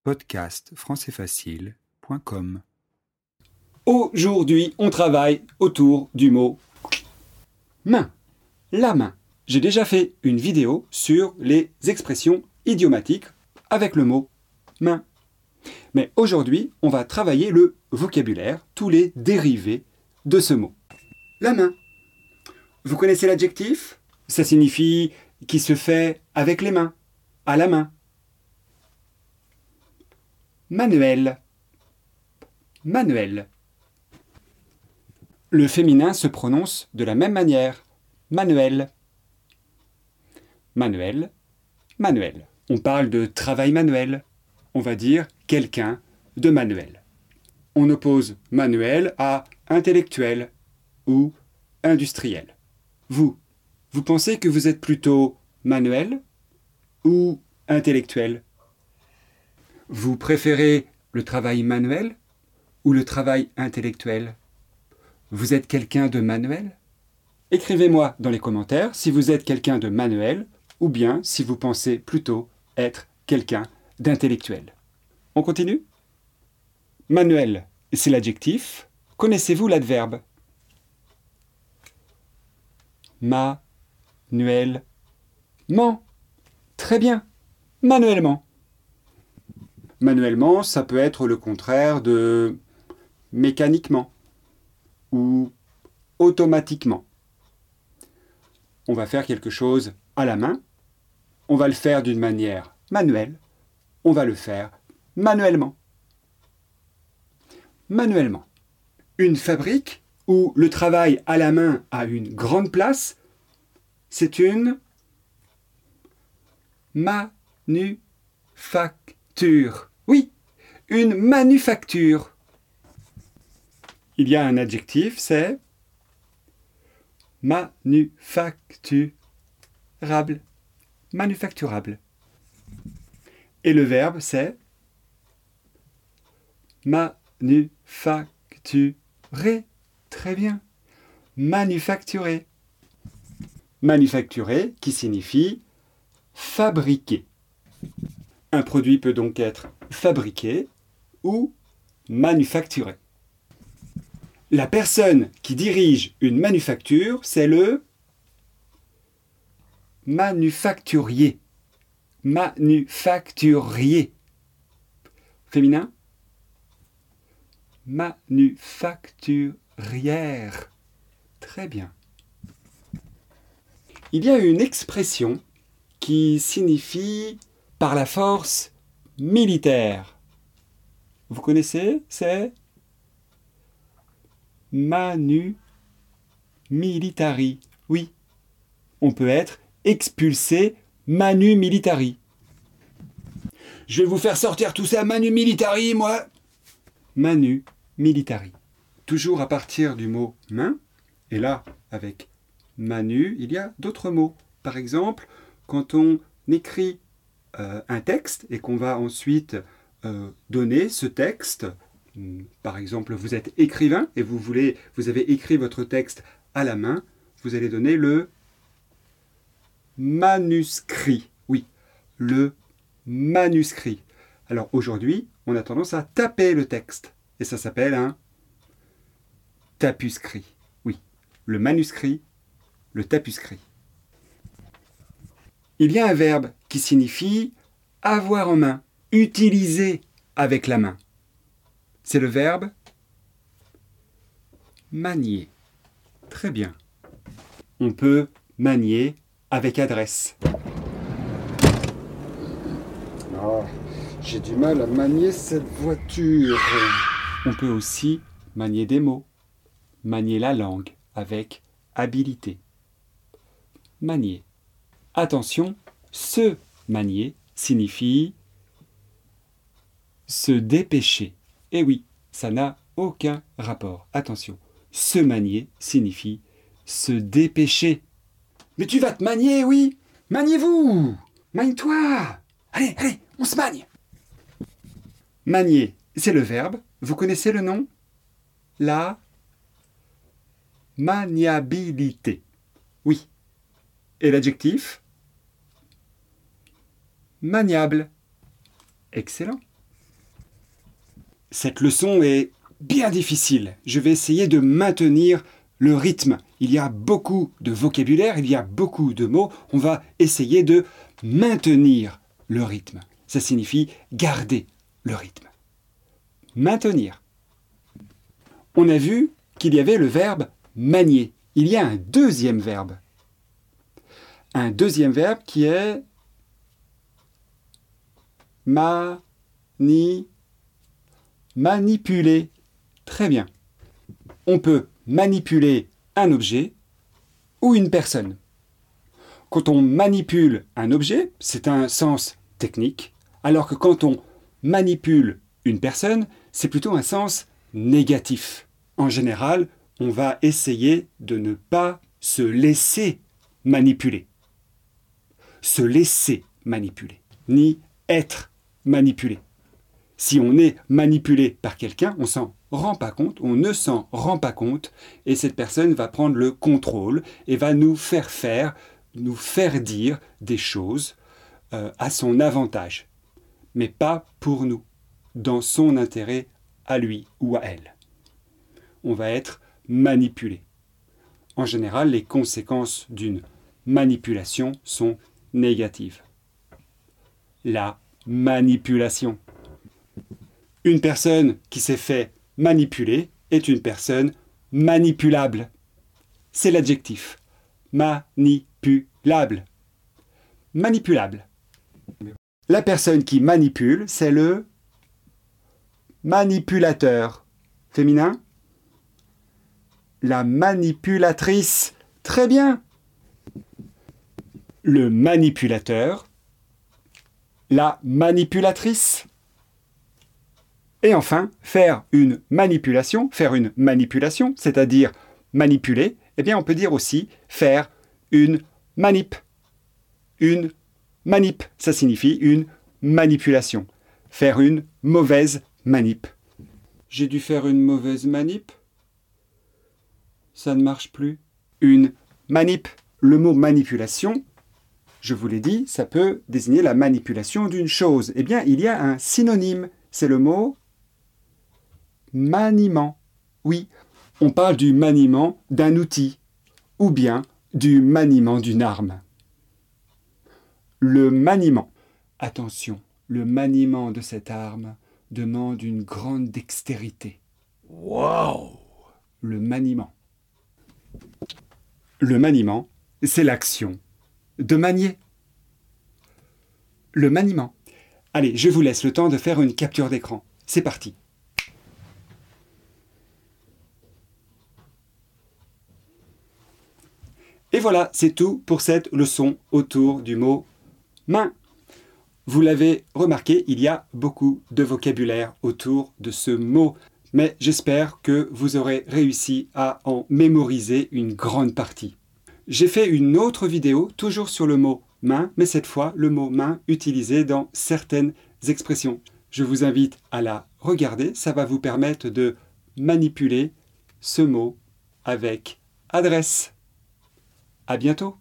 podcastfrancaisfacile.com. Aujourd'hui, on travaille autour du mot main. La main. J'ai déjà fait une vidéo sur les expressions idiomatiques avec le mot main. Mais aujourd'hui, on va travailler le vocabulaire, tous les dérivés de ce mot. La main. Vous connaissez l'adjectif ? Ça signifie qui se fait avec les mains, à la main. Manuel. Manuel. Le féminin se prononce de la même manière. Manuel. Manuel. Manuel. On parle de travail manuel. On va dire quelqu'un de manuel. On oppose manuel à intellectuel ou industriel. Vous pensez que vous êtes plutôt manuel ou intellectuel ? Vous préférez le travail manuel ou le travail intellectuel ? Vous êtes quelqu'un de manuel ? Écrivez-moi dans les commentaires si vous êtes quelqu'un de manuel ou bien si vous pensez plutôt être quelqu'un d'intellectuel. On continue ? Manuel, c'est l'adjectif. Connaissez-vous l'adverbe ? Manuellement. Très bien. Manuellement. Manuellement, ça peut être le contraire de mécaniquement ou automatiquement. On va faire quelque chose à la main. On va le faire d'une manière manuelle. On va le faire manuellement. Manuellement. Une fabrique où le travail à la main a une grande place, c'est une manufacture. Oui, une manufacture. Il y a un adjectif, c'est manufacturable. Manufacturable. Et le verbe, c'est manufacturer. Très bien. Manufacturer. Manufacturer qui signifie fabriquer. Un produit peut donc être fabriqué ou manufacturé. La personne qui dirige une manufacture, c'est le manufacturier. Manufacturier. Féminin ? Manufacturière. Très bien. Il y a une expression qui signifie par la force militaire. Vous connaissez ? C'est manu militari. Oui. On peut être expulsé manu militari. Je vais vous faire sortir tout ça manu militari, moi. Manu militari. Toujours à partir du mot main. Et là, avec manu, il y a d'autres mots. Par exemple, quand on écrit un texte et qu'on va ensuite donner ce texte, par exemple, vous êtes écrivain et vous avez écrit votre texte à la main, vous allez donner le manuscrit. Oui, le manuscrit. Alors aujourd'hui, on a tendance à taper le texte et ça s'appelle un tapuscrit. Oui, le manuscrit, le tapuscrit. Il y a un verbe qui signifie avoir en main, utiliser avec la main. C'est le verbe manier. Très bien. On peut manier avec adresse. Oh, j'ai du mal à manier cette voiture. On peut aussi manier des mots. Manier la langue avec habileté. Manier. Attention, se manier signifie se dépêcher. Eh oui, ça n'a aucun rapport. Attention, se manier signifie se dépêcher. Mais tu vas te manier, oui. Maniez-vous. Magne-toi. Allez, on se magne. Manier, c'est le verbe. Vous connaissez le nom ? La maniabilité. Oui. Et l'adjectif ? Maniable. Excellent. Cette leçon est bien difficile. Je vais essayer de maintenir le rythme. Il y a beaucoup de vocabulaire, il y a beaucoup de mots. On va essayer de maintenir le rythme. Ça signifie garder le rythme. Maintenir. On a vu qu'il y avait le verbe manier. Il y a un deuxième verbe. Un deuxième verbe qui est manipuler. Très bien. On peut manipuler un objet ou une personne. Quand on manipule un objet, c'est un sens technique, alors que quand on manipule une personne, c'est plutôt un sens négatif. En général, on va essayer de ne pas se laisser manipuler. Se laisser manipuler, ni être manipulé. Si on est manipulé par quelqu'un, on s'en rend pas compte, on ne s'en rend pas compte, et cette personne va prendre le contrôle et va nous faire dire des choses à son avantage, mais pas pour nous, dans son intérêt à lui ou à elle. On va être manipulé. En général, les conséquences d'une manipulation sont négatives. La manipulation. Une personne qui s'est fait manipuler est une personne manipulable. C'est l'adjectif. Manipulable. Manipulable. La personne qui manipule, c'est le manipulateur. Féminin. La manipulatrice. Très bien. Le manipulateur. La manipulatrice. Et enfin, faire une manipulation, c'est-à-dire manipuler, eh bien on peut dire aussi faire une manip. Une manip, ça signifie une manipulation. Faire une mauvaise manip. J'ai dû faire une mauvaise manip? Ça ne marche plus. Une manip. Le mot manipulation, je vous l'ai dit, ça peut désigner la manipulation d'une chose. Eh bien, il y a un synonyme, c'est le mot maniement. Oui, on parle du maniement d'un outil ou bien du maniement d'une arme. Le maniement. Attention, le maniement de cette arme demande une grande dextérité. Waouh! Le maniement. Le maniement, c'est l'action de manier. Le maniement. Allez, je vous laisse le temps de faire une capture d'écran. C'est parti. Et voilà, c'est tout pour cette leçon autour du mot main. Vous l'avez remarqué, il y a beaucoup de vocabulaire autour de ce mot, mais j'espère que vous aurez réussi à en mémoriser une grande partie. J'ai fait une autre vidéo, toujours sur le mot main, mais cette fois, le mot main utilisé dans certaines expressions. Je vous invite à la regarder, ça va vous permettre de manipuler ce mot avec adresse. À bientôt!